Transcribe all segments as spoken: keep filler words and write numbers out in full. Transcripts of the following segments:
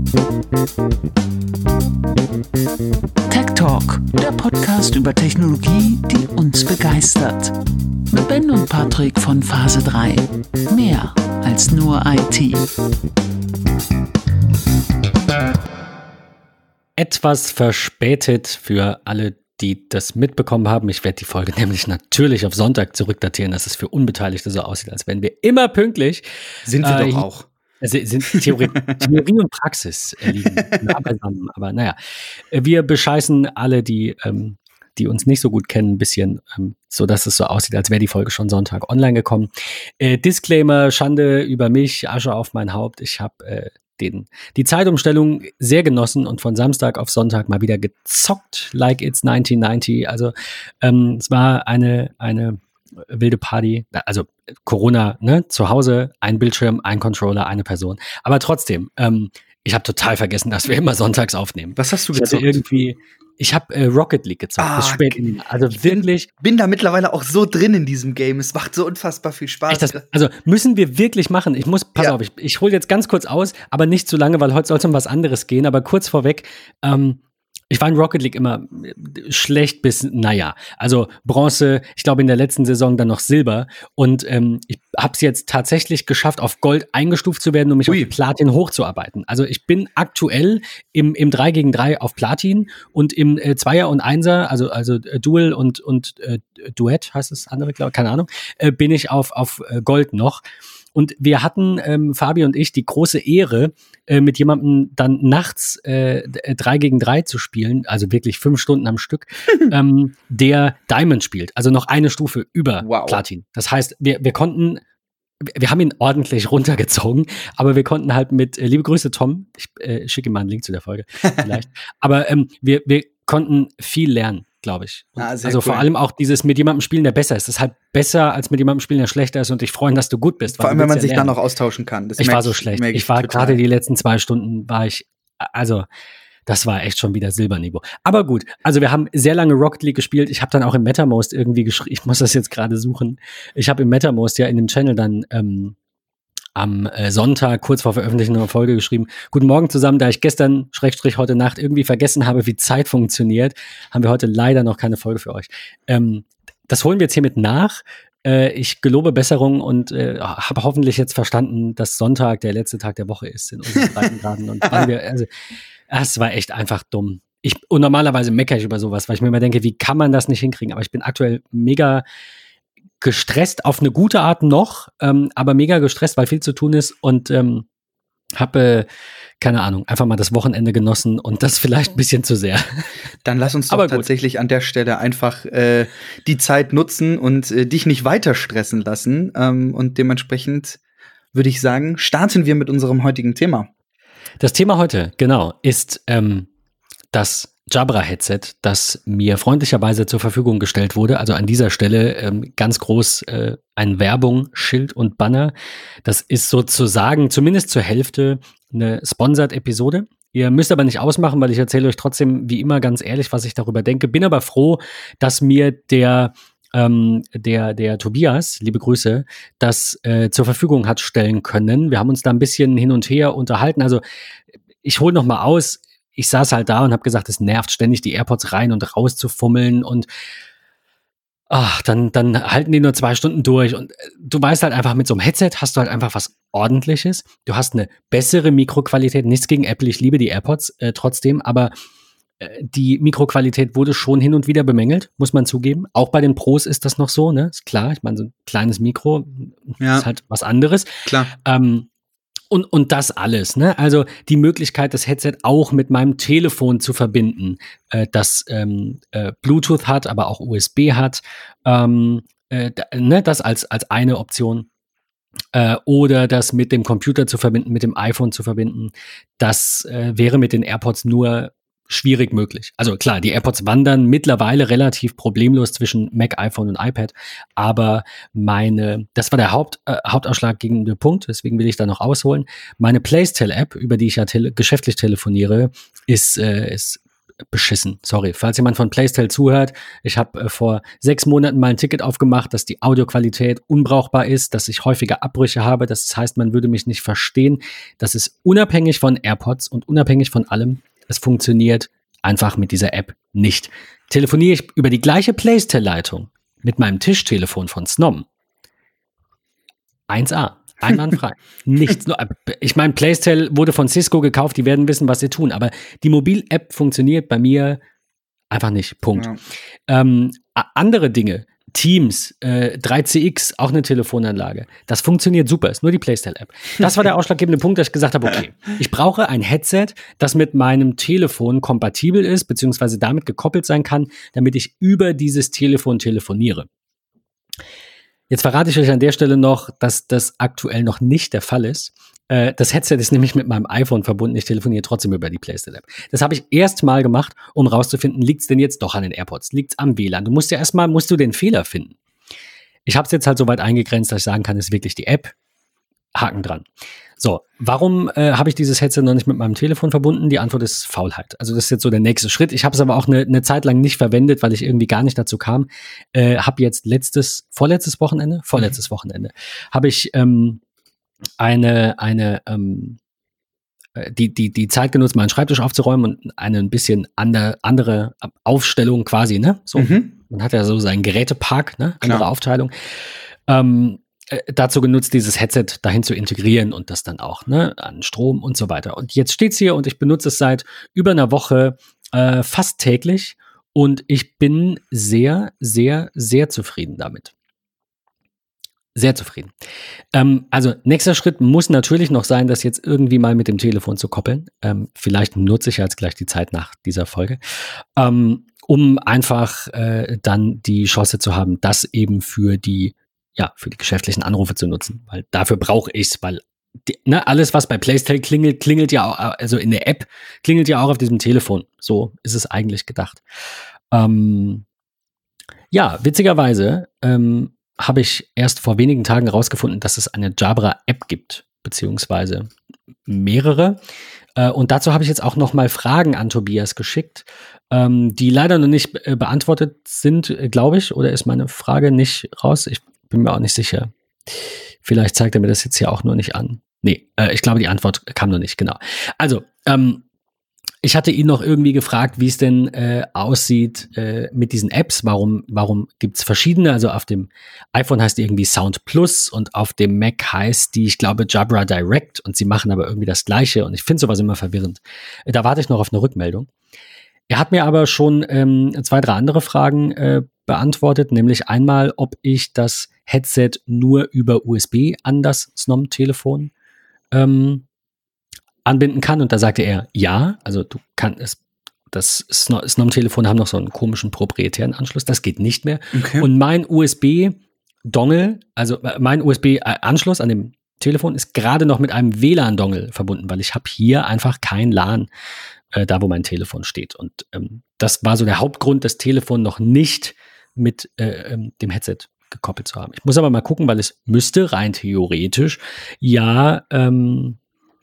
Tech Talk, der Podcast über Technologie, die uns begeistert. Mit Ben und Patrick von Phase drei. Mehr als nur I T. Etwas verspätet für alle, die das mitbekommen haben. Ich werde die Folge nämlich natürlich auf Sonntag zurückdatieren, dass es für Unbeteiligte so aussieht, als wären wir immer pünktlich. Sind wir äh, doch auch. Also sind Theorie, Theorie und Praxis äh, liegen nah beisammen. Aber naja, wir bescheißen alle, die, ähm, die uns nicht so gut kennen, ein bisschen, ähm, so dass es so aussieht, als wäre die Folge schon Sonntag online gekommen. Äh, Disclaimer, Schande über mich, Asche auf mein Haupt. Ich habe äh, den, die Zeitumstellung sehr genossen und von Samstag auf Sonntag mal wieder gezockt, like it's neunzehnhundertneunzig. Also ähm, es war eine, eine wilde Party, also Corona, ne, zu Hause, ein Bildschirm, ein Controller, eine Person. Aber trotzdem, ähm, ich habe total vergessen, dass wir immer sonntags aufnehmen. Was hast du ich gezockt? Irgendwie, ich habe äh, Rocket League gezockt, ah, bis spät in die Nacht. Also wirklich. Bin, bin da mittlerweile auch so drin in diesem Game. Es macht so unfassbar viel Spaß. Echt, das, also müssen wir wirklich machen. Ich muss, pass ja. auf, ich, ich hole jetzt ganz kurz aus, aber nicht zu lange, weil heute soll es um was anderes gehen. Aber kurz vorweg, ähm, ich war in Rocket League immer schlecht bis, naja, also Bronze, ich glaube in der letzten Saison dann noch Silber und ähm, ich habe es jetzt tatsächlich geschafft, auf Gold eingestuft zu werden, um mich Ui. auf Platin hochzuarbeiten. Also ich bin aktuell im, im drei gegen drei auf Platin und im äh, Zweier und Einser, also, also äh, Duel und, und äh, Duett heißt das andere, glaube ich, keine Ahnung, äh, bin ich auf, auf äh, Gold noch. Und wir hatten, ähm, Fabi und ich, die große Ehre, äh, mit jemandem dann nachts äh, drei gegen drei zu spielen, also wirklich fünf Stunden am Stück, ähm, der Diamond spielt, also noch eine Stufe über wow. Platin. Das heißt, wir, wir konnten, wir haben ihn ordentlich runtergezogen, aber wir konnten halt mit, äh, liebe Grüße Tom, ich äh, schicke ihm mal einen Link zu der Folge vielleicht, aber ähm, wir, wir konnten viel lernen, glaube ich. Und ah, also cool. vor allem auch dieses mit jemandem spielen, der besser ist. Das ist halt besser, als mit jemandem spielen, der schlechter ist und dich freuen, dass du gut bist. Vor allem, wenn man ja sich lernen. dann noch austauschen kann. Das ich war so ich, schlecht. Ich war gerade die letzten zwei Stunden, war ich, also das war echt schon wieder Silberniveau. Aber gut, also wir haben sehr lange Rocket League gespielt. Ich habe dann auch im MetaMost irgendwie geschrieben, ich muss das jetzt gerade suchen. Ich habe im MetaMost ja in dem Channel dann ähm, am äh, Sonntag, kurz vor Veröffentlichung einer Folge geschrieben, guten Morgen zusammen, da ich gestern, Schrägstrich heute Nacht, irgendwie vergessen habe, wie Zeit funktioniert, haben wir heute leider noch keine Folge für euch. Ähm, das holen wir jetzt hiermit nach. Äh, ich gelobe Besserung und äh, habe hoffentlich jetzt verstanden, dass Sonntag der letzte Tag der Woche ist in unseren Breitengraden. Und weil wir, also, es war echt einfach dumm. Ich, und normalerweise meckere ich über sowas, weil ich mir immer denke, wie kann man das nicht hinkriegen? Aber ich bin aktuell mega gestresst auf eine gute Art noch, ähm, aber mega gestresst, weil viel zu tun ist und ähm, habe, äh, keine Ahnung, einfach mal das Wochenende genossen und das vielleicht ein bisschen zu sehr. Dann lass uns doch tatsächlich an der Stelle einfach äh, die Zeit nutzen und äh, dich nicht weiter stressen lassen. Ähm, und dementsprechend würde ich sagen, starten wir mit unserem heutigen Thema. Das Thema heute, genau, ist ähm, das Jabra-Headset, das mir freundlicherweise zur Verfügung gestellt wurde. Also an dieser Stelle ähm, ganz groß äh, ein Werbung, Schild und Banner. Das ist sozusagen zumindest zur Hälfte eine Sponsored-Episode. Ihr müsst aber nicht ausmachen, weil ich erzähle euch trotzdem wie immer ganz ehrlich, was ich darüber denke. Bin aber froh, dass mir der ähm, der der Tobias, liebe Grüße, das äh, zur Verfügung hat stellen können. Wir haben uns da ein bisschen hin und her unterhalten. Also ich hole noch mal aus. Ich saß halt da und habe gesagt, es nervt ständig, die AirPods rein und raus zu fummeln und ach, dann, dann halten die nur zwei Stunden durch und du weißt halt einfach, mit so einem Headset hast du halt einfach was Ordentliches. Du hast eine bessere Mikroqualität, nichts gegen Apple, ich liebe die AirPods äh, trotzdem, aber äh, die Mikroqualität wurde schon hin und wieder bemängelt, muss man zugeben. Auch bei den Pros ist das noch so, ne? Ist klar, ich meine, so ein kleines Mikro ja. ist halt was anderes. Klar. Ähm, Und, und das alles, ne? Also die Möglichkeit, das Headset auch mit meinem Telefon zu verbinden, äh, das ähm, äh, Bluetooth hat, aber auch U S B hat, ähm, äh, da, ne? Das als, als eine Option. Äh, oder das mit dem Computer zu verbinden, mit dem iPhone zu verbinden, das äh, wäre mit den AirPods nur schwierig möglich. Also klar, die AirPods wandern mittlerweile relativ problemlos zwischen Mac, iPhone und iPad, aber meine, das war der Haupt, äh, hauptausschlaggebende Punkt, deswegen will ich da noch ausholen. Meine Playstyle-App, über die ich ja tele- geschäftlich telefoniere, ist, äh, ist beschissen. Sorry, falls jemand von Playstyle zuhört. Ich habe äh, vor sechs Monaten mal ein Ticket aufgemacht, dass die Audioqualität unbrauchbar ist, dass ich häufiger Abbrüche habe. Das heißt, man würde mich nicht verstehen. Das ist unabhängig von AirPods und unabhängig von allem. Es funktioniert einfach mit dieser App nicht. Telefoniere ich über die gleiche Playstyle-Leitung mit meinem Tischtelefon von Snom. eins A. Einwandfrei. Nichts. Ich meine, Playstyle wurde von Cisco gekauft, die werden wissen, was sie tun. Aber die Mobil-App funktioniert bei mir einfach nicht. Punkt. Ja. Ähm, andere Dinge, Teams, äh, drei C X, auch eine Telefonanlage. Das funktioniert super, ist nur die Playstyle-App. Das war der ausschlaggebende Punkt, dass ich gesagt habe, okay, ich brauche ein Headset, das mit meinem Telefon kompatibel ist, beziehungsweise damit gekoppelt sein kann, damit ich über dieses Telefon telefoniere. Jetzt verrate ich euch an der Stelle noch, dass das aktuell noch nicht der Fall ist. Äh, das Headset ist nämlich mit meinem iPhone verbunden. Ich telefoniere trotzdem über die Playstyle-App. Das habe ich erst mal gemacht, um rauszufinden, liegt es denn jetzt doch an den AirPods? Liegt es am W L A N? Du musst ja erstmal, musst du den Fehler finden. Ich habe es jetzt halt so weit eingegrenzt, dass ich sagen kann, es ist wirklich die App. Haken dran. So, warum äh, habe ich dieses Headset noch nicht mit meinem Telefon verbunden? Die Antwort ist Faulheit. Also das ist jetzt so der nächste Schritt. Ich habe es aber auch eine ne Zeit lang nicht verwendet, weil ich irgendwie gar nicht dazu kam. Äh, habe jetzt letztes, vorletztes Wochenende, vorletztes Wochenende, habe ich ähm, eine, eine ähm, die, die, die Zeit genutzt, meinen Schreibtisch aufzuräumen und eine ein bisschen andere, andere Aufstellung quasi, ne? So, mhm. Man hat ja so seinen Gerätepark, ne? Andere Klar. Aufteilung. Ähm, Äh, dazu genutzt, dieses Headset dahin zu integrieren und das dann auch, ne, an Strom und so weiter. Und jetzt steht's hier und ich benutze es seit über einer Woche äh, fast täglich und ich bin sehr, sehr, sehr zufrieden damit. Sehr zufrieden. Ähm, also nächster Schritt muss natürlich noch sein, das jetzt irgendwie mal mit dem Telefon zu koppeln. Ähm, vielleicht nutze ich jetzt gleich die Zeit nach dieser Folge, ähm, um einfach äh, dann die Chance zu haben, das eben für die ja, für die geschäftlichen Anrufe zu nutzen, weil dafür brauche ich es, weil die, ne, alles, was bei Playstyle klingelt, klingelt ja auch, also in der App, klingelt ja auch auf diesem Telefon. So ist es eigentlich gedacht. Ähm, ja, witzigerweise ähm, habe ich erst vor wenigen Tagen rausgefunden, dass es eine Jabra-App gibt, beziehungsweise mehrere. Äh, und dazu habe ich jetzt auch noch mal Fragen an Tobias geschickt, ähm, die leider noch nicht äh, beantwortet sind, äh, glaube ich, oder ist meine Frage nicht raus? Ich bin mir auch nicht sicher. Vielleicht zeigt er mir das jetzt hier auch nur nicht an. Nee, äh, ich glaube, die Antwort kam noch nicht, genau. Also, ähm, ich hatte ihn noch irgendwie gefragt, wie es denn äh, aussieht äh, mit diesen Apps. Warum, warum gibt es verschiedene? Also auf dem iPhone heißt die irgendwie Sound Plus und auf dem Mac heißt die, ich glaube, Jabra Direct und sie machen aber irgendwie das Gleiche und ich finde sowas immer verwirrend. Äh, da warte ich noch auf eine Rückmeldung. Er hat mir aber schon ähm, zwei, drei andere Fragen äh, beantwortet, nämlich einmal, ob ich das Headset nur über U S B an das Snom-Telefon ähm, anbinden kann. Und da sagte er, ja, also du kannst es, das Snom-Telefon haben noch so einen komischen proprietären Anschluss, das geht nicht mehr. Okay. Und mein U S B-Dongle, also mein U S B-Anschluss an dem Telefon ist gerade noch mit einem W L A N-Dongle verbunden, weil ich habe hier einfach kein LAN, äh, da wo mein Telefon steht. Und ähm, das war so der Hauptgrund, das Telefon noch nicht mit äh, ähm, dem Headset gekoppelt zu haben. Ich muss aber mal gucken, weil es müsste rein theoretisch ja ähm,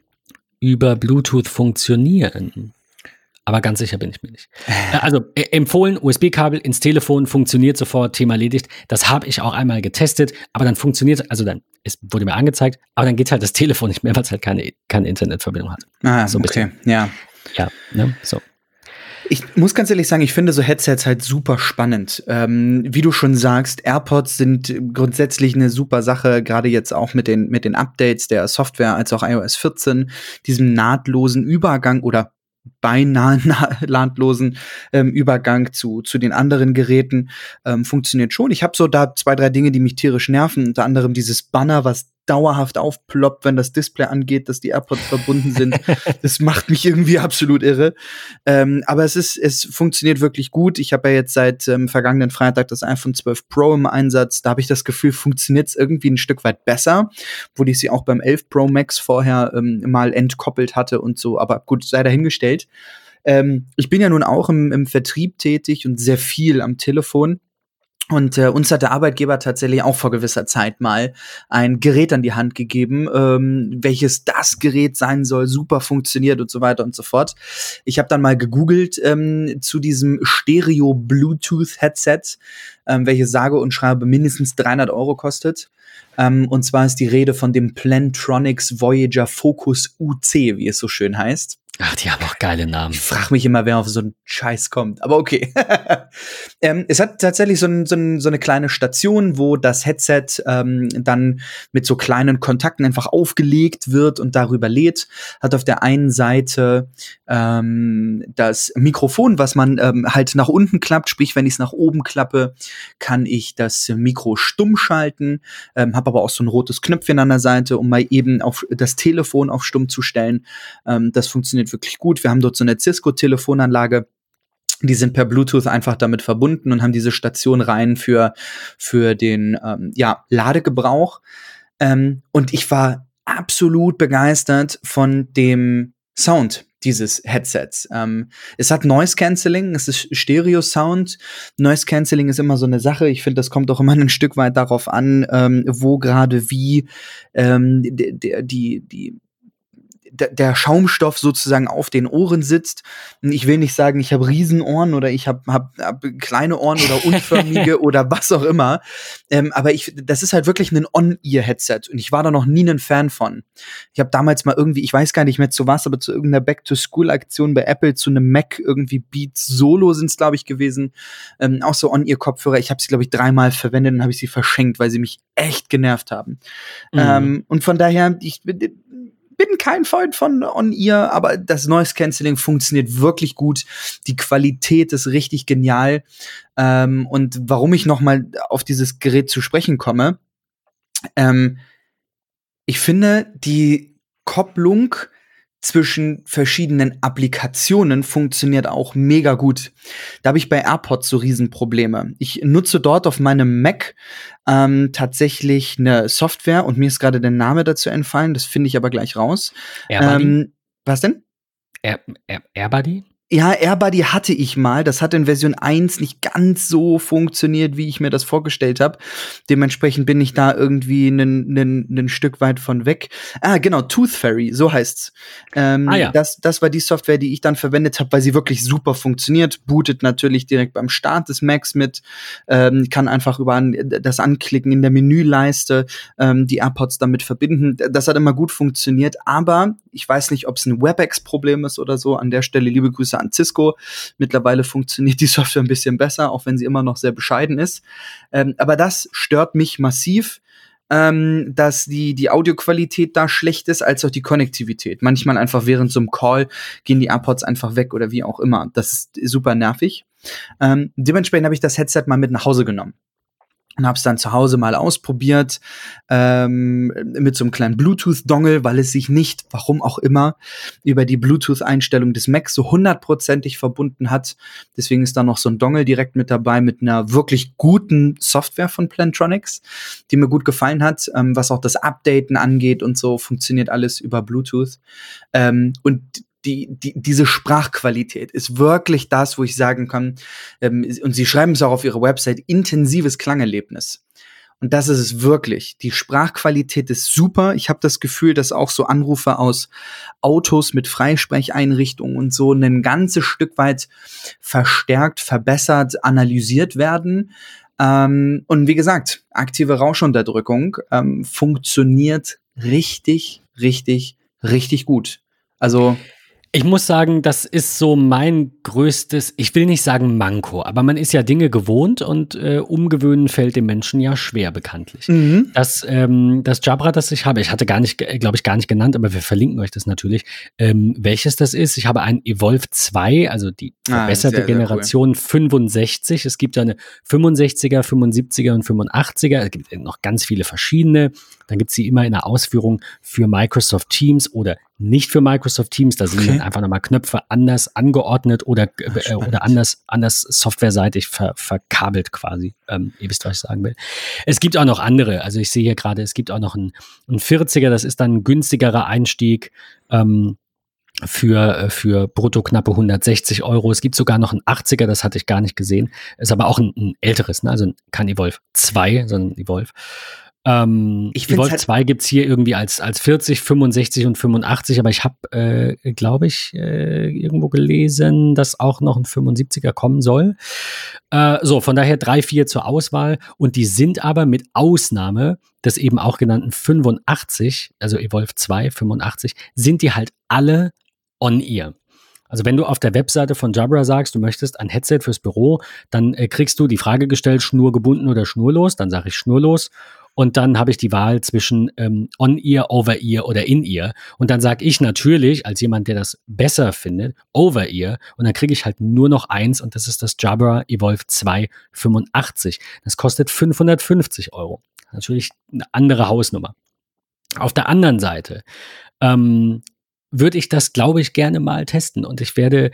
über Bluetooth funktionieren. Aber ganz sicher bin ich mir nicht. Also äh, empfohlen, U S B-Kabel ins Telefon, funktioniert sofort, Thema erledigt. Das habe ich auch einmal getestet, aber dann funktioniert, also dann, es wurde mir angezeigt, aber dann geht halt das Telefon nicht mehr, weil es halt keine, keine Internetverbindung hat. Ah, so okay, ja. Ja, ne, so. Ich muss ganz ehrlich sagen, ich finde so Headsets halt super spannend. Ähm, wie du schon sagst, AirPods sind grundsätzlich eine super Sache, gerade jetzt auch mit den, mit den Updates der Software, als auch i O S vierzehn, diesem nahtlosen Übergang oder beinahe nahtlosen ähm, Übergang zu, zu den anderen Geräten ähm, funktioniert schon. Ich habe so da zwei, drei Dinge, die mich tierisch nerven, unter anderem dieses Banner, was dauerhaft aufploppt, wenn das Display angeht, dass die AirPods verbunden sind. Das macht mich irgendwie absolut irre. Ähm, aber es ist, es funktioniert wirklich gut. Ich habe ja jetzt seit ähm, vergangenen Freitag das iPhone zwölf Pro im Einsatz. Da habe ich das Gefühl, funktioniert es irgendwie ein Stück weit besser, wo ich sie auch beim elf Pro Max vorher ähm, mal entkoppelt hatte und so. Aber gut, sei dahingestellt. Ähm, ich bin ja nun auch im, im Vertrieb tätig und sehr viel am Telefon. Und äh, uns hat der Arbeitgeber tatsächlich auch vor gewisser Zeit mal ein Gerät an die Hand gegeben, ähm, welches das Gerät sein soll, super funktioniert und so weiter und so fort. Ich habe dann mal gegoogelt ähm, zu diesem Stereo-Bluetooth-Headset, ähm, welches sage und schreibe mindestens dreihundert Euro kostet. Ähm, und zwar ist die Rede von dem Plantronics Voyager Focus U C, wie es so schön heißt. Ach, die haben auch geile Namen. Ich frage mich immer, wer auf so einen Scheiß kommt. Aber okay. ähm, es hat tatsächlich so, ein, so, ein, so eine kleine Station, wo das Headset ähm, dann mit so kleinen Kontakten einfach aufgelegt wird und darüber lädt. Hat auf der einen Seite ähm, das Mikrofon, was man ähm, halt nach unten klappt. Sprich, wenn ich es nach oben klappe, kann ich das Mikro stumm schalten. Ähm, hab aber auch so ein rotes Knöpfchen an der Seite, um mal eben auf das Telefon auf stumm zu stellen. Ähm, das funktioniert wirklich gut. Wir haben dort so eine Cisco-Telefonanlage. Die sind per Bluetooth einfach damit verbunden und haben diese Station rein für, für den ähm, ja, Ladegebrauch. Ähm, und ich war absolut begeistert von dem Sound dieses Headsets. Ähm, es hat Noise Cancelling, es ist Stereo-Sound. Noise Cancelling ist immer so eine Sache. Ich finde, das kommt auch immer ein Stück weit darauf an, ähm, wo gerade wie ähm, die, die, die der Schaumstoff sozusagen auf den Ohren sitzt. Ich will nicht sagen, ich habe Riesenohren oder ich habe hab, hab kleine Ohren oder unförmige oder was auch immer. Ähm, aber ich, das ist halt wirklich ein On-Ear-Headset und ich war da noch nie ein Fan von. Ich habe damals mal irgendwie, ich weiß gar nicht mehr zu was, aber zu irgendeiner Back-to-School-Aktion bei Apple zu einem Mac, irgendwie Beats Solo sind es, glaube ich, gewesen. Ähm, auch so On-Ear-Kopfhörer. Ich habe sie, glaube ich, dreimal verwendet und habe ich sie verschenkt, weil sie mich echt genervt haben. Mhm. Ähm, und von daher, ich bin bin kein Freund von On-Ear, aber das Noise Cancelling funktioniert wirklich gut. Die Qualität ist richtig genial. Ähm, und warum ich noch mal auf dieses Gerät zu sprechen komme, ähm, ich finde, die Kopplung zwischen verschiedenen Applikationen funktioniert auch mega gut. Da habe ich bei AirPods so Riesenprobleme. Ich nutze dort auf meinem Mac ähm, tatsächlich eine Software und mir ist gerade der Name dazu entfallen, das finde ich aber gleich raus. AirBuddy? Ähm, was denn? Air, Air, AirBuddy? Ja, AirBuddy hatte ich mal. Das hat in Version eins nicht ganz so funktioniert, wie ich mir das vorgestellt habe. Dementsprechend bin ich da irgendwie ein Stück weit von weg. Ah, genau, Tooth Fairy, so heißt's. Ähm, ah, ja. das, das war die Software, die ich dann verwendet habe, weil sie wirklich super funktioniert. Bootet natürlich direkt beim Start des Macs mit. Ähm, kann einfach über das Anklicken in der Menüleiste ähm, die AirPods damit verbinden. Das hat immer gut funktioniert. Aber ich weiß nicht, ob es ein WebEx-Problem ist oder so. An der Stelle liebe Grüße an Cisco. Mittlerweile funktioniert die Software ein bisschen besser, auch wenn sie immer noch sehr bescheiden ist. Ähm, aber das stört mich massiv, ähm, dass die, die Audioqualität da schlecht ist, als auch die Konnektivität. Manchmal einfach während so einem Call gehen die AirPods einfach weg oder wie auch immer. Das ist super nervig. Ähm, dementsprechend habe ich das Headset mal mit nach Hause genommen. Und habe es dann zu Hause mal ausprobiert ähm, mit so einem kleinen Bluetooth-Dongle, weil es sich nicht, warum auch immer, über die Bluetooth-Einstellung des Macs so hundertprozentig verbunden hat. Deswegen ist da noch so ein Dongle direkt mit dabei mit einer wirklich guten Software von Plantronics, die mir gut gefallen hat, ähm, was auch das Updaten angeht und so, funktioniert alles über Bluetooth. Ähm, und Die, die, diese Sprachqualität ist wirklich das, wo ich sagen kann, ähm, und sie schreiben es auch auf ihrer Website, intensives Klangerlebnis. Und das ist es wirklich. Die Sprachqualität ist super. Ich habe das Gefühl, dass auch so Anrufe aus Autos mit Freisprecheinrichtungen und so ein ganzes Stück weit verstärkt, verbessert, analysiert werden. Ähm, und wie gesagt, aktive Rauschunterdrückung ähm, funktioniert richtig, richtig, richtig gut. Also ich muss sagen, das ist so mein größtes, ich will nicht sagen Manko, aber man ist ja Dinge gewohnt und äh, umgewöhnen fällt dem Menschen ja schwer, bekanntlich. Mhm. Das, ähm, das Jabra, das ich habe, ich hatte gar nicht, glaube ich, gar nicht genannt, aber wir verlinken euch das natürlich, ähm, welches das ist. Ich habe ein Evolve zwei, also die verbesserte ah, sehr, Generation sehr cool. fünfundsechzig. Es gibt ja eine fünfundsechziger, fünfundsiebziger und fünfundachtsiger. Es gibt noch ganz viele verschiedene. Dann gibt es sie immer in der Ausführung für Microsoft Teams oder nicht für Microsoft Teams. Da sind okay. dann einfach nochmal Knöpfe anders angeordnet oder, äh, oder anders, anders softwareseitig ver, verkabelt quasi. Ähm, ihr wisst, was ich sagen will. Es gibt auch noch andere. Also ich sehe hier gerade, es gibt auch noch einen, einen vierziger. Das ist dann ein günstigerer Einstieg. Ähm, für, für brutto knappe hundertsechzig Euro. Es gibt sogar noch ein achtziger, das hatte ich gar nicht gesehen. Ist aber auch ein, ein älteres, ne? Also kein Evolve zwei, sondern Evolve. Ähm, ich Evolve halt zwei gibt's hier irgendwie als, als vierzig, fünfundsechzig und fünfundachtzig, aber ich habe, äh, glaube ich, äh, irgendwo gelesen, dass auch noch ein fünfundsiebziger kommen soll. Äh, so, von daher drei, vier zur Auswahl und die sind aber mit Ausnahme des eben auch genannten fünfundachtzig, also Evolve zwei, fünfundachtzig, sind die halt alle On-Ear. Also wenn du auf der Webseite von Jabra sagst, du möchtest ein Headset fürs Büro, dann äh, kriegst du die Frage gestellt, schnurgebunden oder schnurlos, dann sage ich schnurlos. Und dann habe ich die Wahl zwischen ähm, On-Ear, Over-Ear oder In-Ear. Und dann sage ich natürlich, als jemand, der das besser findet, Over-Ear. Und dann kriege ich halt nur noch eins und das ist das Jabra Evolve zwei fünfundachtzig. Das kostet fünfhundertfünfzig Euro. Natürlich eine andere Hausnummer. Auf der anderen Seite ähm, würde ich das, glaube ich, gerne mal testen. Und ich werde,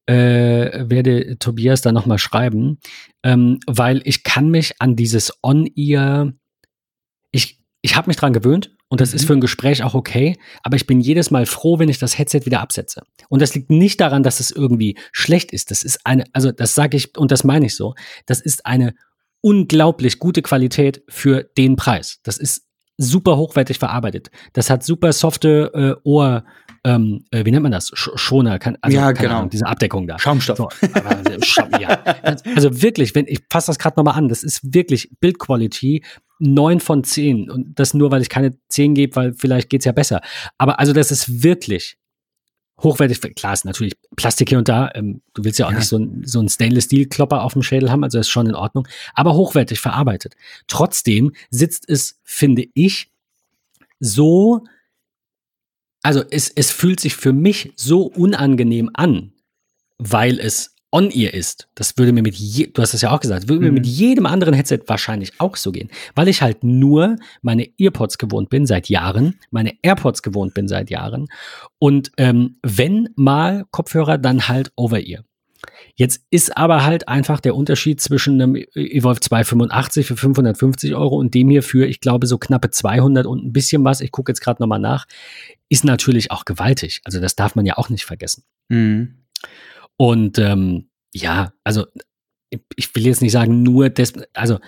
äh, werde Tobias da nochmal schreiben, ähm, weil ich kann mich an dieses On-Ear Ich, ich habe mich dran gewöhnt und das mhm. ist für ein Gespräch auch okay, aber ich bin jedes Mal froh, wenn ich das Headset wieder absetze. Und das liegt nicht daran, dass es irgendwie schlecht ist. Das ist eine, also das sage ich und das meine ich so, das ist eine unglaublich gute Qualität für den Preis. Das ist super hochwertig verarbeitet. Das hat super softe äh, Ohr, ähm, äh, wie nennt man das? Sch- Schoner, kann, also ja, keine genau. Ahnung, diese Abdeckung da. Schaumstoff. So, aber, Schaum, ja. Also wirklich, wenn ich fasse das gerade nochmal an, das ist wirklich Bildquality neun von zehn und das nur, weil ich keine zehn gebe, weil vielleicht geht's ja besser. Aber also das ist wirklich hochwertig. Klar ist natürlich Plastik hier und da. Ähm, du willst ja auch ja. nicht so ein, so ein Stainless-Steel-Klopper auf dem Schädel haben, also ist schon in Ordnung. Aber hochwertig verarbeitet. Trotzdem sitzt es, finde ich, so, also es, es fühlt sich für mich so unangenehm an, weil es On-Ear ist. Das würde mir mit, je, du hast es ja auch gesagt, würde mhm. mir mit jedem anderen Headset wahrscheinlich auch so gehen, weil ich halt nur meine Earpods gewohnt bin seit Jahren, meine AirPods gewohnt bin seit Jahren und ähm, wenn mal Kopfhörer, dann halt Over-Ear. Jetzt ist aber halt einfach der Unterschied zwischen einem Evolve zwei fünfundachtzig für fünfhundertfünfzig Euro und dem hier für, ich glaube, so knappe zweihundert und ein bisschen was, ich gucke jetzt gerade nochmal nach, ist natürlich auch gewaltig. Also das darf man ja auch nicht vergessen. Mhm. Und ähm, ja, also ich will jetzt nicht sagen, nur des, also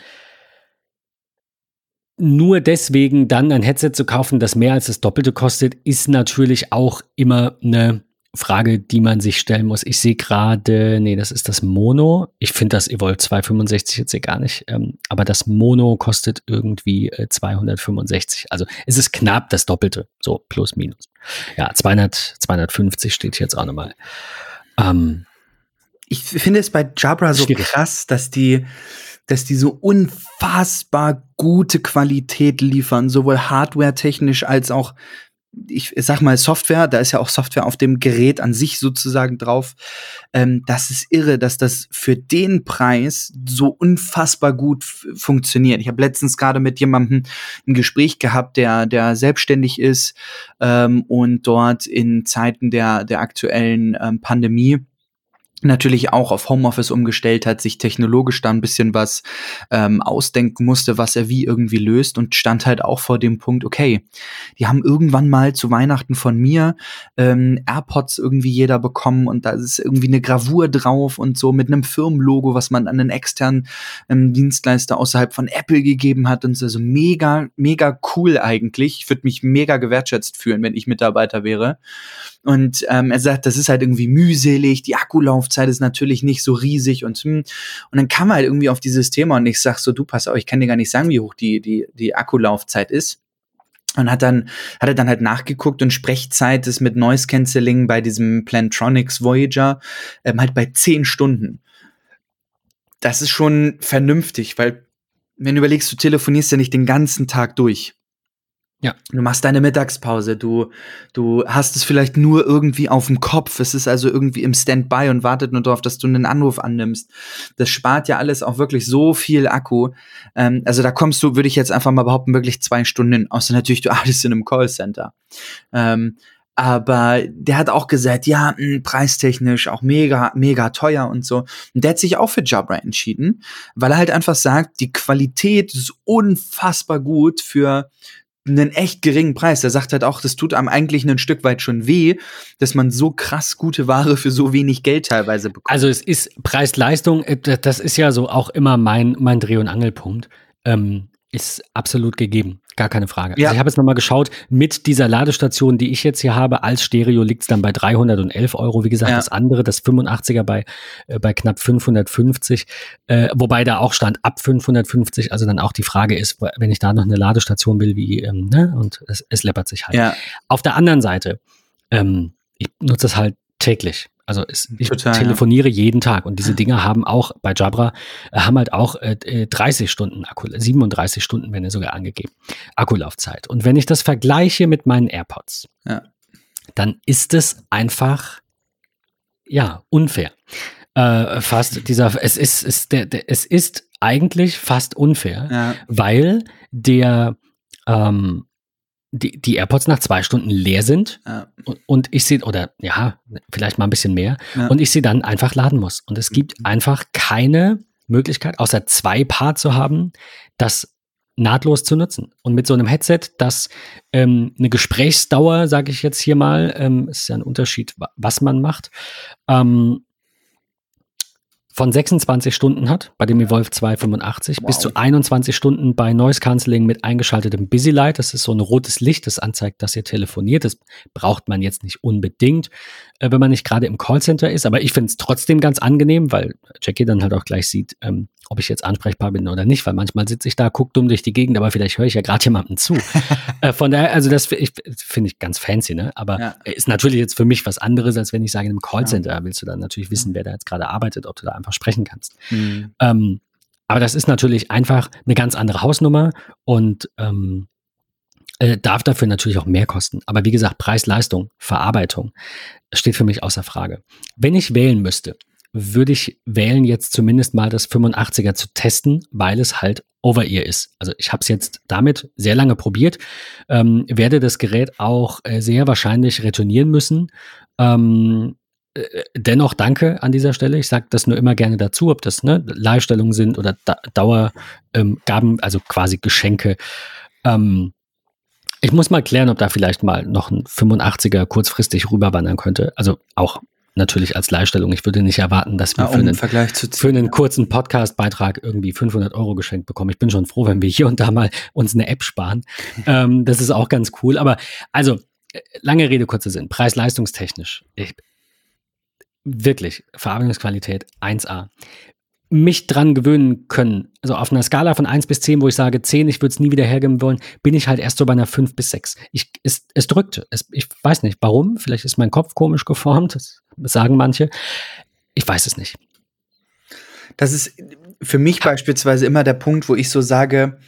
nur deswegen dann ein Headset zu kaufen, das mehr als das Doppelte kostet, ist natürlich auch immer eine Frage, die man sich stellen muss. Ich sehe gerade, nee, das ist das Mono. Ich finde das Evolve zwei fünfundsechzig jetzt hier gar nicht, ähm, aber das Mono kostet irgendwie äh, zweihundertfünfundsechzig. Also es ist knapp das Doppelte, so plus minus. Ja, zweihundert, zweihundertfünfzig steht jetzt auch nochmal. Ähm, ich finde es bei Jabra so schwierig. krass, dass die, dass die so unfassbar gute Qualität liefern, sowohl hardware-technisch als auch, ich sag mal, Software. Da ist ja auch Software auf dem Gerät an sich sozusagen drauf. Ähm, das ist irre, dass das für den Preis so unfassbar gut f- funktioniert. Ich habe letztens gerade mit jemandem ein Gespräch gehabt, der, der selbstständig ist ähm, und dort in Zeiten der, der aktuellen ähm, Pandemie natürlich auch auf Homeoffice umgestellt hat, sich technologisch da ein bisschen was ähm, ausdenken musste, was er wie irgendwie löst und stand halt auch vor dem Punkt, okay, die haben irgendwann mal zu Weihnachten von mir ähm, AirPods irgendwie jeder bekommen und da ist irgendwie eine Gravur drauf und so mit einem Firmenlogo, was man an einen externen ähm, Dienstleister außerhalb von Apple gegeben hat und so, also mega, mega cool eigentlich. Ich würde mich mega gewertschätzt fühlen, wenn ich Mitarbeiter wäre. Und ähm, er sagt, das ist halt irgendwie mühselig, die Akkulaufzeit ist natürlich nicht so riesig und hm. Und dann kam er halt irgendwie auf dieses Thema und ich sag so, du pass auf, ich kann dir gar nicht sagen, wie hoch die, die, die Akkulaufzeit ist. Und hat dann, hat er dann halt nachgeguckt und Sprechzeit ist mit Noise Cancelling bei diesem Plantronics Voyager ähm, halt bei zehn Stunden. Das ist schon vernünftig, weil wenn du überlegst, du telefonierst ja nicht den ganzen Tag durch. Ja. Du machst deine Mittagspause, du, du hast es vielleicht nur irgendwie auf dem Kopf. Es ist also irgendwie im Standby und wartet nur darauf, dass du einen Anruf annimmst. Das spart ja alles auch wirklich so viel Akku. Ähm, also da kommst du, würde ich jetzt einfach mal behaupten, wirklich zwei Stunden hin. Außer natürlich, du arbeitest in einem Callcenter. Ähm, aber der hat auch gesagt, ja, mh, preistechnisch auch mega, mega teuer und so. Und der hat sich auch für Jabra entschieden, weil er halt einfach sagt, die Qualität ist unfassbar gut für einen echt geringen Preis. Der sagt halt auch, das tut einem eigentlich ein Stück weit schon weh, dass man so krass gute Ware für so wenig Geld teilweise bekommt. Also es ist Preis-Leistung, das ist ja so auch immer mein, mein Dreh- und Angelpunkt. Ähm, ist absolut gegeben, gar keine Frage. Ja. Also ich habe jetzt nochmal geschaut, mit dieser Ladestation, die ich jetzt hier habe, als Stereo liegt es dann bei dreihundertelf Euro. Wie gesagt, ja. Das andere, das fünfundachtziger bei, äh, bei knapp fünfhundertfünfzig, äh, wobei da auch stand ab fünfhundertfünfzig, also dann auch die Frage ist, wenn ich da noch eine Ladestation will, wie, ähm, ne, und es, es läppert sich halt. Ja. Auf der anderen Seite, ähm, ich nutze es halt täglich. Also es, ich Total, telefoniere ja. jeden Tag und diese Dinger haben auch bei Jabra, äh, haben halt auch äh, dreißig Stunden Akku, siebenunddreißig Stunden werden ja sogar angegeben, Akkulaufzeit. Und wenn ich das vergleiche mit meinen AirPods, ja. dann ist es einfach, ja, unfair. Äh, fast dieser, es ist, ist der, der, es ist eigentlich fast unfair, ja. weil der, ähm, Die, die AirPods nach zwei Stunden leer sind ja. und, und ich sie, oder ja, vielleicht mal ein bisschen mehr, ja. und ich sie dann einfach laden muss. Und es gibt einfach keine Möglichkeit, außer zwei Paar zu haben, das nahtlos zu nutzen. Und mit so einem Headset, das ähm, eine Gesprächsdauer, sage ich jetzt hier mal, ähm, ist ja ein Unterschied, was man macht, ähm, von sechsundzwanzig Stunden hat, bei dem Evolve zwei fünfundachtzig, wow. bis zu einundzwanzig Stunden bei Noise Cancelling mit eingeschaltetem Busy Light. Das ist so ein rotes Licht, das anzeigt, dass ihr telefoniert. Das braucht man jetzt nicht unbedingt, äh, wenn man nicht gerade im Callcenter ist. Aber ich finde es trotzdem ganz angenehm, weil Jackie dann halt auch gleich sieht, ähm, ob ich jetzt ansprechbar bin oder nicht. Weil manchmal sitze ich da, gucke dumm durch die Gegend, aber vielleicht höre ich ja gerade jemandem zu. äh, von daher, also das ich, finde ich ganz fancy, ne? Aber ja. ist natürlich jetzt für mich was anderes, als wenn ich sage, in einem Callcenter ja. willst du dann natürlich wissen, wer da jetzt gerade arbeitet, ob du da einfach sprechen kannst. Mhm. Ähm, aber das ist natürlich einfach eine ganz andere Hausnummer und ähm, äh, darf dafür natürlich auch mehr kosten. Aber wie gesagt, Preis, Leistung, Verarbeitung steht für mich außer Frage. Wenn ich wählen müsste, würde ich wählen, jetzt zumindest mal das fünfundachtziger zu testen, weil es halt Over-Ear ist. Also ich habe es jetzt damit sehr lange probiert, ähm, werde das Gerät auch äh, sehr wahrscheinlich retournieren müssen. Ähm, Dennoch danke an dieser Stelle. Ich sage das nur immer gerne dazu, ob das ne, Leihstellungen sind oder da- Dauergaben, ähm, also quasi Geschenke. Ähm, ich muss mal klären, ob da vielleicht mal noch ein fünfundachtziger kurzfristig rüberwandern könnte. Also auch natürlich als Leihstellung. Ich würde nicht erwarten, dass wir ja, um für, einen, Vergleich zu ziehen, für einen ja. kurzen Podcast-Beitrag irgendwie fünfhundert Euro geschenkt bekommen. Ich bin schon froh, wenn wir hier und da mal uns eine App sparen. ähm, das ist auch ganz cool. Aber also, lange Rede, kurzer Sinn. Preis-leistungstechnisch. Ich Wirklich, Verarbeitungsqualität eins A. Mich dran gewöhnen können, also auf einer Skala von eins bis zehn, wo ich sage zehn, ich würde es nie wieder hergeben wollen, bin ich halt erst so bei einer fünf bis sechs. Ich, es, es drückte. Es, ich weiß nicht, warum. Vielleicht ist mein Kopf komisch geformt, das sagen manche. Ich weiß es nicht. Das ist für mich beispielsweise immer der Punkt, wo ich so sage,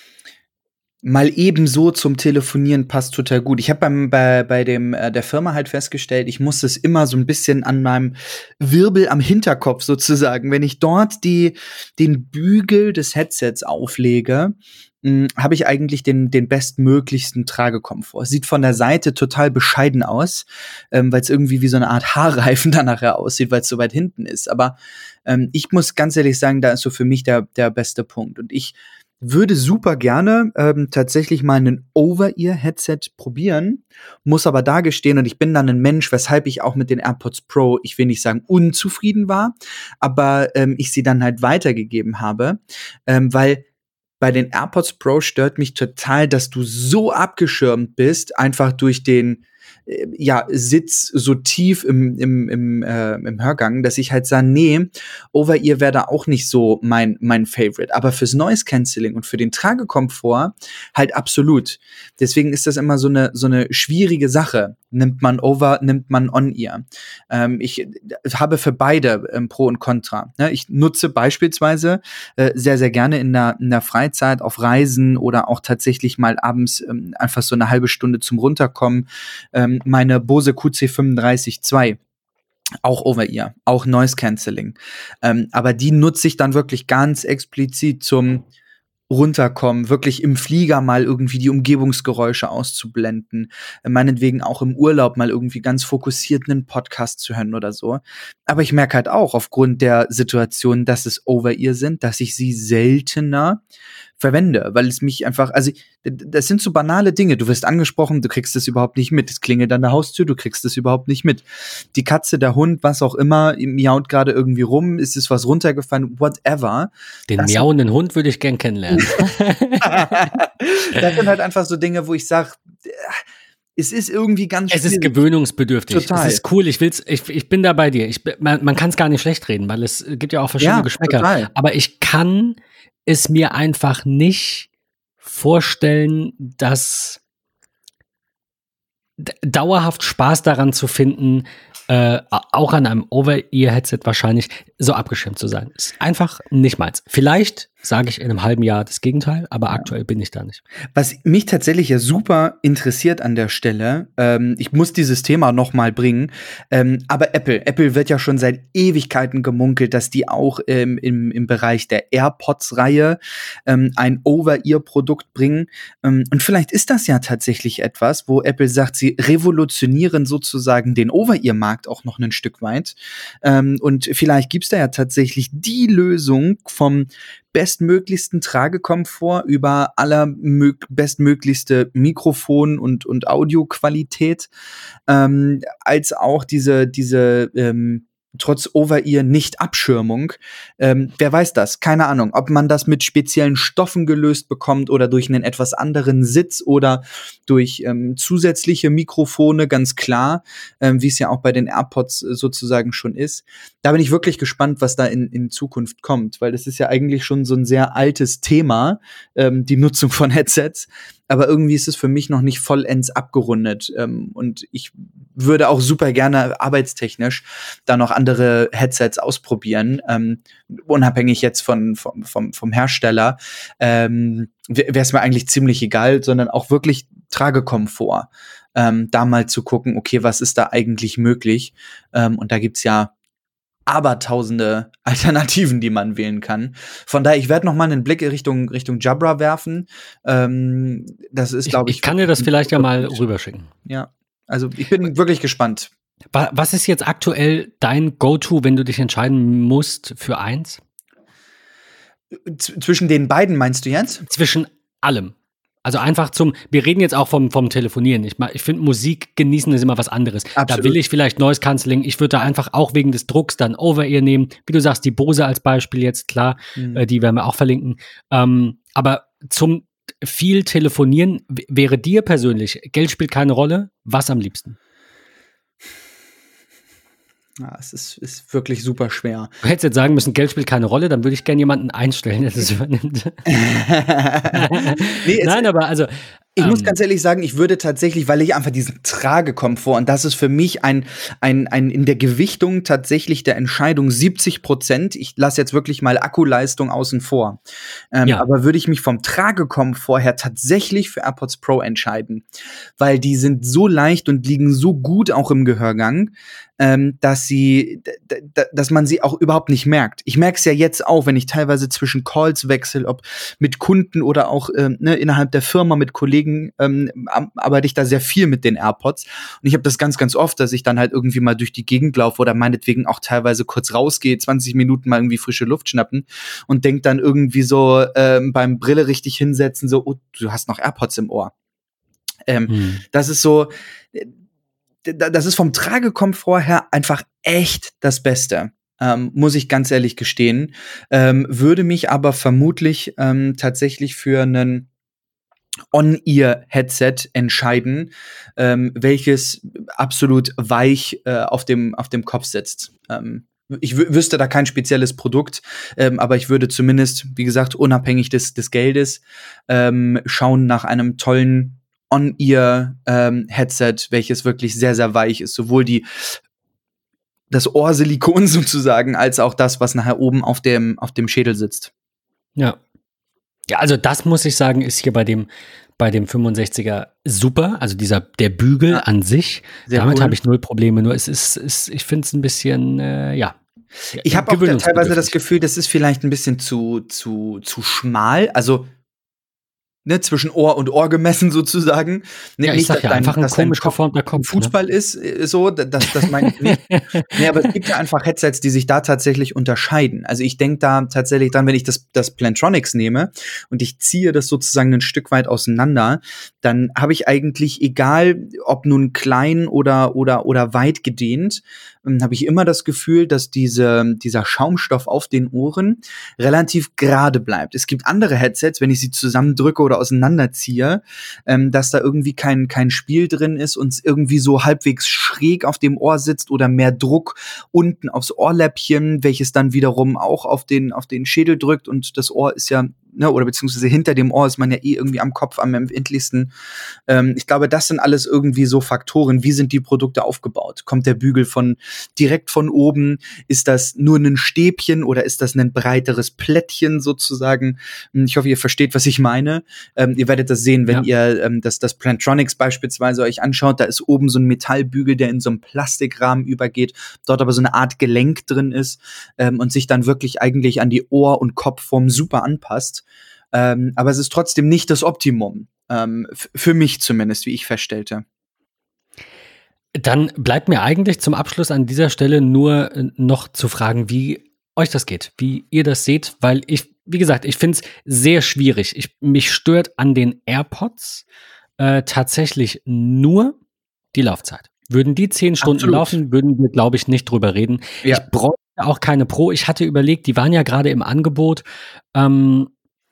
mal ebenso zum Telefonieren passt total gut. Ich habe beim bei bei dem äh, der Firma halt festgestellt, ich muss es immer so ein bisschen an meinem Wirbel am Hinterkopf sozusagen, wenn ich dort die den Bügel des Headsets auflege, habe ich eigentlich den den bestmöglichsten Tragekomfort. Sieht von der Seite total bescheiden aus, ähm, weil es irgendwie wie so eine Art Haarreifen dann nachher aussieht, weil es so weit hinten ist. Aber ähm, ich muss ganz ehrlich sagen, da ist so für mich der der beste Punkt. Und ich würde super gerne ähm, tatsächlich mal ein Over-Ear-Headset probieren, muss aber da gestehen, und ich bin dann ein Mensch, weshalb ich auch mit den AirPods Pro, ich will nicht sagen unzufrieden war, aber ähm, ich sie dann halt weitergegeben habe, ähm, weil bei den AirPods Pro stört mich total, dass du so abgeschirmt bist, einfach durch den äh, ja, Sitz so tief im, im, im, äh, im Hörgang, dass ich halt sage, nee, Over-Ear wäre da auch nicht so mein, mein Favorite. Aber fürs Noise Cancelling und für den Tragekomfort halt absolut. Deswegen ist das immer so eine, so eine schwierige Sache. Nimmt man Over, nimmt man On-Ear. Ähm, ich habe für beide ähm, Pro und Contra. Ne? Ich nutze beispielsweise äh, sehr, sehr gerne in der, in der Freizeit auf Reisen oder auch tatsächlich mal abends ähm, einfach so eine halbe Stunde zum Runterkommen ähm, meine Bose Q C fünfunddreißig zwei. Auch Over-Ear, auch Noise Cancelling. Ähm, aber die nutze ich dann wirklich ganz explizit zum Runterkommen, wirklich im Flieger mal irgendwie die Umgebungsgeräusche auszublenden, äh, meinetwegen auch im Urlaub mal irgendwie ganz fokussiert einen Podcast zu hören oder so. Aber ich merke halt auch aufgrund der Situation, dass es Over-Ear sind, dass ich sie seltener verwende, weil es mich einfach, also das sind so banale Dinge. Du wirst angesprochen, du kriegst es überhaupt nicht mit. Es klingelt an der Haustür, du kriegst es überhaupt nicht mit. Die Katze, der Hund, was auch immer, miaut gerade irgendwie rum, ist es was runtergefallen, whatever. Den das miauenden sind, Hund würde ich gern kennenlernen. Das sind halt einfach so Dinge, wo ich sage, es ist irgendwie ganz schwierig. Es ist gewöhnungsbedürftig. Total. Es ist cool, ich will's, ich, ich bin da bei dir. Ich, man man kann es gar nicht schlecht reden, weil es gibt ja auch verschiedene Ja, Geschmäcker. total. Aber ich kann es mir einfach nicht vorstellen, dass d- dauerhaft Spaß daran zu finden, äh, auch an einem Over-Ear-Headset wahrscheinlich so abgeschirmt zu sein. Ist einfach nicht meins. Vielleicht sage ich in einem halben Jahr das Gegenteil, aber ja. aktuell bin ich da nicht. Was mich tatsächlich ja super interessiert an der Stelle, ähm, ich muss dieses Thema noch mal bringen, ähm, aber Apple, Apple wird ja schon seit Ewigkeiten gemunkelt, dass die auch ähm, im, im Bereich der AirPods-Reihe ähm, ein Over-Ear-Produkt bringen. Ähm, und vielleicht ist das ja tatsächlich etwas, wo Apple sagt, sie revolutionieren sozusagen den Over-Ear-Markt auch noch ein Stück weit. Ähm, und vielleicht gibt's da ja tatsächlich die Lösung vom bestmöglichsten Tragekomfort über aller mög- bestmöglichste Mikrofon- und, und Audioqualität, ähm, als auch diese, diese ähm, trotz Over-Ear nicht Abschirmung. Ähm, wer weiß das? Keine Ahnung. Ob man das mit speziellen Stoffen gelöst bekommt oder durch einen etwas anderen Sitz oder durch ähm, zusätzliche Mikrofone, ganz klar, ähm, wie es ja auch bei den AirPods äh, sozusagen schon ist. Da bin ich wirklich gespannt, was da in, in Zukunft kommt, weil das ist ja eigentlich schon so ein sehr altes Thema, ähm, die Nutzung von Headsets. Aber irgendwie ist es für mich noch nicht vollends abgerundet. Ähm, und ich würde auch super gerne arbeitstechnisch da noch andere Headsets ausprobieren, ähm, unabhängig jetzt von, vom, vom, vom Hersteller. Ähm, wäre es mir eigentlich ziemlich egal, sondern auch wirklich Tragekomfort. Ähm, da mal zu gucken, okay, was ist da eigentlich möglich? Ähm, und da gibt's ja abertausende Alternativen, die man wählen kann. Von daher, ich werde noch mal einen Blick Richtung Richtung Jabra werfen. Ähm, das ist, glaube ich, ich. Ich kann dir das vielleicht ja mal rüberschicken. Ja, also ich bin wirklich gespannt. Was ist jetzt aktuell dein Go-To, wenn du dich entscheiden musst für eins? Z- zwischen den beiden meinst du jetzt? Zwischen allem. Also einfach zum, wir reden jetzt auch vom, vom Telefonieren. Ich, ich finde, Musik genießen ist immer was anderes. Absolut. Da will ich vielleicht Noise Cancelling. Ich würde da einfach auch wegen des Drucks dann Over-Ear nehmen. Wie du sagst, die Bose als Beispiel jetzt, klar, mhm. äh, die werden wir auch verlinken. Ähm, aber zum viel Telefonieren w- wäre dir persönlich, Geld spielt keine Rolle, was am liebsten? Ja, es ist, ist wirklich super schwer. Du hättest jetzt sagen müssen, Geld spielt keine Rolle, dann würde ich gerne jemanden einstellen, der das übernimmt. nee, Nein, aber also ich muss ganz ehrlich sagen, ich würde tatsächlich, weil ich einfach diesen Tragekomfort, und das ist für mich ein, ein, ein in der Gewichtung tatsächlich der Entscheidung siebzig Prozent. Ich lasse jetzt wirklich mal Akkuleistung außen vor. Ähm, ja. Aber würde ich mich vom Tragekomfort her tatsächlich für AirPods Pro entscheiden. Weil die sind so leicht und liegen so gut auch im Gehörgang, ähm, dass sie, d- d- dass man sie auch überhaupt nicht merkt. Ich merke es ja jetzt auch, wenn ich teilweise zwischen Calls wechsle, ob mit Kunden oder auch ähm, ne, innerhalb der Firma mit Kollegen, ähm, arbeite ich da sehr viel mit den AirPods. Und ich habe das ganz, ganz oft, dass ich dann halt irgendwie mal durch die Gegend laufe oder meinetwegen auch teilweise kurz rausgehe, zwanzig Minuten mal irgendwie frische Luft schnappen und denk dann irgendwie so ähm, beim Brille richtig hinsetzen, so, oh, du hast noch AirPods im Ohr. Ähm, hm. Das ist so, das ist vom Tragekomfort her einfach echt das Beste. Ähm, muss ich ganz ehrlich gestehen. Ähm, würde mich aber vermutlich ähm, tatsächlich für einen On-Ear-Headset entscheiden, ähm, welches absolut weich äh, auf dem auf dem Kopf sitzt. Ähm, ich w- wüsste da kein spezielles Produkt, ähm, aber ich würde zumindest, wie gesagt, unabhängig des des Geldes ähm, schauen nach einem tollen On-Ear-Headset, ähm, welches wirklich sehr sehr weich ist, sowohl die das Ohrsilikon sozusagen als auch das, was nachher oben auf dem auf dem Schädel sitzt. Ja. Ja, also das muss ich sagen, ist hier bei dem, bei dem fünfundsechziger super. Also dieser, der Bügel ja. an sich, Sehr damit cool. habe ich null Probleme. Nur es ist, ist ich finde es ein bisschen, äh, ja. Ich habe auch teilweise das Gefühl, das ist vielleicht ein bisschen zu, zu, zu schmal. Also Ne, zwischen Ohr und Ohr gemessen sozusagen. Ne, ja, ich nicht, sag ja, dein, einfach ein komisch geformter Kopf. Fußball ne? ist so, das, das meine ich nicht. Nee, aber es gibt ja einfach Headsets, die sich da tatsächlich unterscheiden. Also ich denke da tatsächlich dann, wenn ich das, das Plantronics nehme und ich ziehe das sozusagen ein Stück weit auseinander, dann habe ich eigentlich, egal ob nun klein oder, oder, oder weit gedehnt, habe ich immer das Gefühl, dass diese, dieser Schaumstoff auf den Ohren relativ gerade bleibt. Es gibt andere Headsets, wenn ich sie zusammendrücke oder auseinanderziehe, ähm, dass da irgendwie kein, kein Spiel drin ist und irgendwie so halbwegs schräg auf dem Ohr sitzt oder mehr Druck unten aufs Ohrläppchen, welches dann wiederum auch auf den, auf den Schädel drückt und das Ohr ist ja, ne, oder beziehungsweise hinter dem Ohr ist man ja eh irgendwie am Kopf am empfindlichsten. Ähm, ich glaube, das sind alles irgendwie so Faktoren. Wie sind die Produkte aufgebaut? Kommt der Bügel von direkt von oben? Ist das nur ein Stäbchen oder ist das ein breiteres Plättchen sozusagen? Ich hoffe, ihr versteht, was ich meine. Ähm, ihr werdet das sehen, wenn ja. ihr ähm, das, das Plantronics beispielsweise euch anschaut. Da ist oben so ein Metallbügel, der in so einem Plastikrahmen übergeht, dort aber so eine Art Gelenk drin ist ähm, und sich dann wirklich eigentlich an die Ohr- und Kopfform super anpasst. Ähm, aber es ist trotzdem nicht das Optimum. Ähm, f- für mich zumindest, wie ich feststellte. Dann bleibt mir eigentlich zum Abschluss an dieser Stelle nur äh, noch zu fragen, wie euch das geht, wie ihr das seht, weil ich, wie gesagt, ich finde es sehr schwierig. Ich, mich stört an den AirPods äh, tatsächlich nur die Laufzeit. Würden die zehn Stunden Absolut. laufen, würden wir, glaube ich, nicht drüber reden. Ja. Ich bräuchte auch keine Pro. Ich hatte überlegt, die waren ja gerade im Angebot, ähm,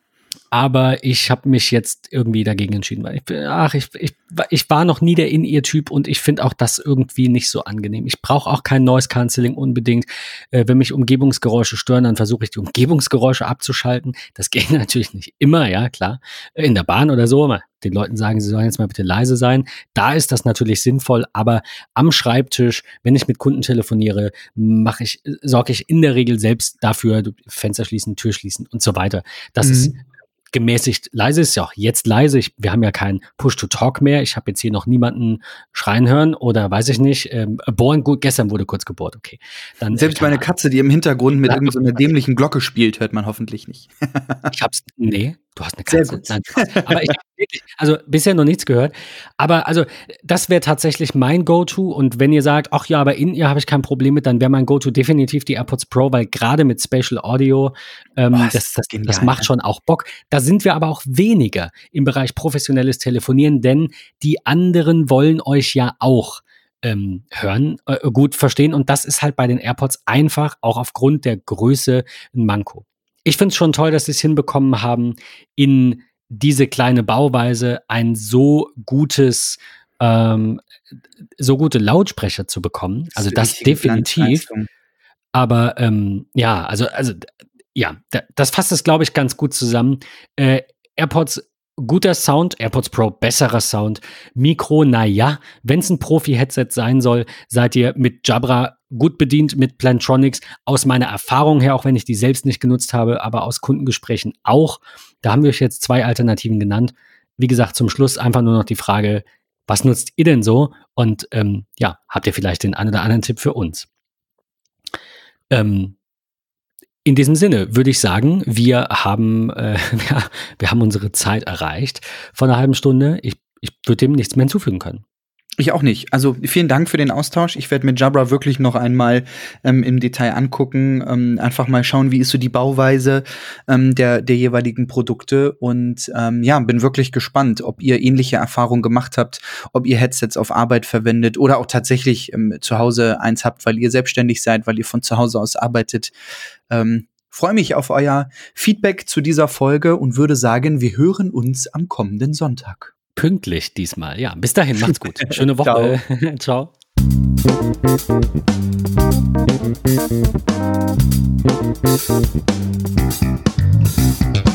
aber ich habe mich jetzt irgendwie dagegen entschieden, weil ich, ach, ich, ich, ich war noch nie der In-Ear-Typ und ich finde auch das irgendwie nicht so angenehm. Ich brauche auch kein Noise-Canceling unbedingt. Äh, wenn mich Umgebungsgeräusche stören, dann versuche ich die Umgebungsgeräusche abzuschalten. Das geht natürlich nicht immer, ja klar. In der Bahn oder so, mal den Leuten sagen, sie sollen jetzt mal bitte leise sein. Da ist das natürlich sinnvoll, aber am Schreibtisch, wenn ich mit Kunden telefoniere, mache ich, sorge ich in der Regel selbst dafür, Fenster schließen, Tür schließen und so weiter. Das mhm. ist gemäßigt leise, ist ja auch jetzt leise. Ich, wir haben ja kein Push-to-Talk mehr. Ich habe jetzt hier noch niemanden schreien hören oder weiß ich nicht. Ähm, bohren, gut, gestern wurde kurz gebohrt, okay. Dann, Selbst äh, meine Katze, die im Hintergrund mit irgendeiner so dämlichen Glocke spielt, hört man hoffentlich nicht. Ich hab's, nee, du hast eine Katze. Sehr gut. Nein, aber ich habe wirklich, also bisher noch nichts gehört. Aber also, das wäre tatsächlich mein Go-To. Und wenn ihr sagt, ach ja, aber in ihr habe ich kein Problem mit, dann wäre mein Go-To definitiv die AirPods Pro, weil gerade mit Spatial Audio, ähm, oh, das, das, genial, das macht schon auch Bock. Da sind wir aber auch weniger im Bereich professionelles Telefonieren, denn die anderen wollen euch ja auch ähm, hören, äh, gut verstehen. Und das ist halt bei den AirPods einfach auch aufgrund der Größe ein Manko. Ich finde es schon toll, dass sie es hinbekommen haben, in diese kleine Bauweise ein so gutes, ähm, so gute Lautsprecher zu bekommen. Also das definitiv. Aber ähm, ja, also, also ja, das fasst es, glaube ich, ganz gut zusammen. Äh, AirPods, guter Sound, AirPods Pro, besserer Sound. Mikro, naja, wenn es ein Profi-Headset sein soll, seid ihr mit Jabra gut bedient, mit Plantronics. Aus meiner Erfahrung her, auch wenn ich die selbst nicht genutzt habe, aber aus Kundengesprächen auch. Da haben wir euch jetzt zwei Alternativen genannt. Wie gesagt, zum Schluss einfach nur noch die Frage, was nutzt ihr denn so? Und ähm, ja, habt ihr vielleicht den einen oder anderen Tipp für uns? Ähm, In diesem Sinne würde ich sagen, wir haben, äh, ja, wir haben unsere Zeit erreicht von einer halben Stunde. Ich, ich würde dem nichts mehr hinzufügen können. Ich auch nicht. Also vielen Dank für den Austausch. Ich werde mir Jabra wirklich noch einmal ähm, im Detail angucken. Ähm, einfach mal schauen, wie ist so die Bauweise ähm, der, der jeweiligen Produkte. Und ähm, ja, bin wirklich gespannt, ob ihr ähnliche Erfahrungen gemacht habt, ob ihr Headsets auf Arbeit verwendet oder auch tatsächlich ähm, zu Hause eins habt, weil ihr selbstständig seid, weil ihr von zu Hause aus arbeitet. Ähm, freue mich auf euer Feedback zu dieser Folge und würde sagen, wir hören uns am kommenden Sonntag. Pünktlich diesmal. Ja, bis dahin, macht's gut. Schöne Woche. Ciao. Ciao.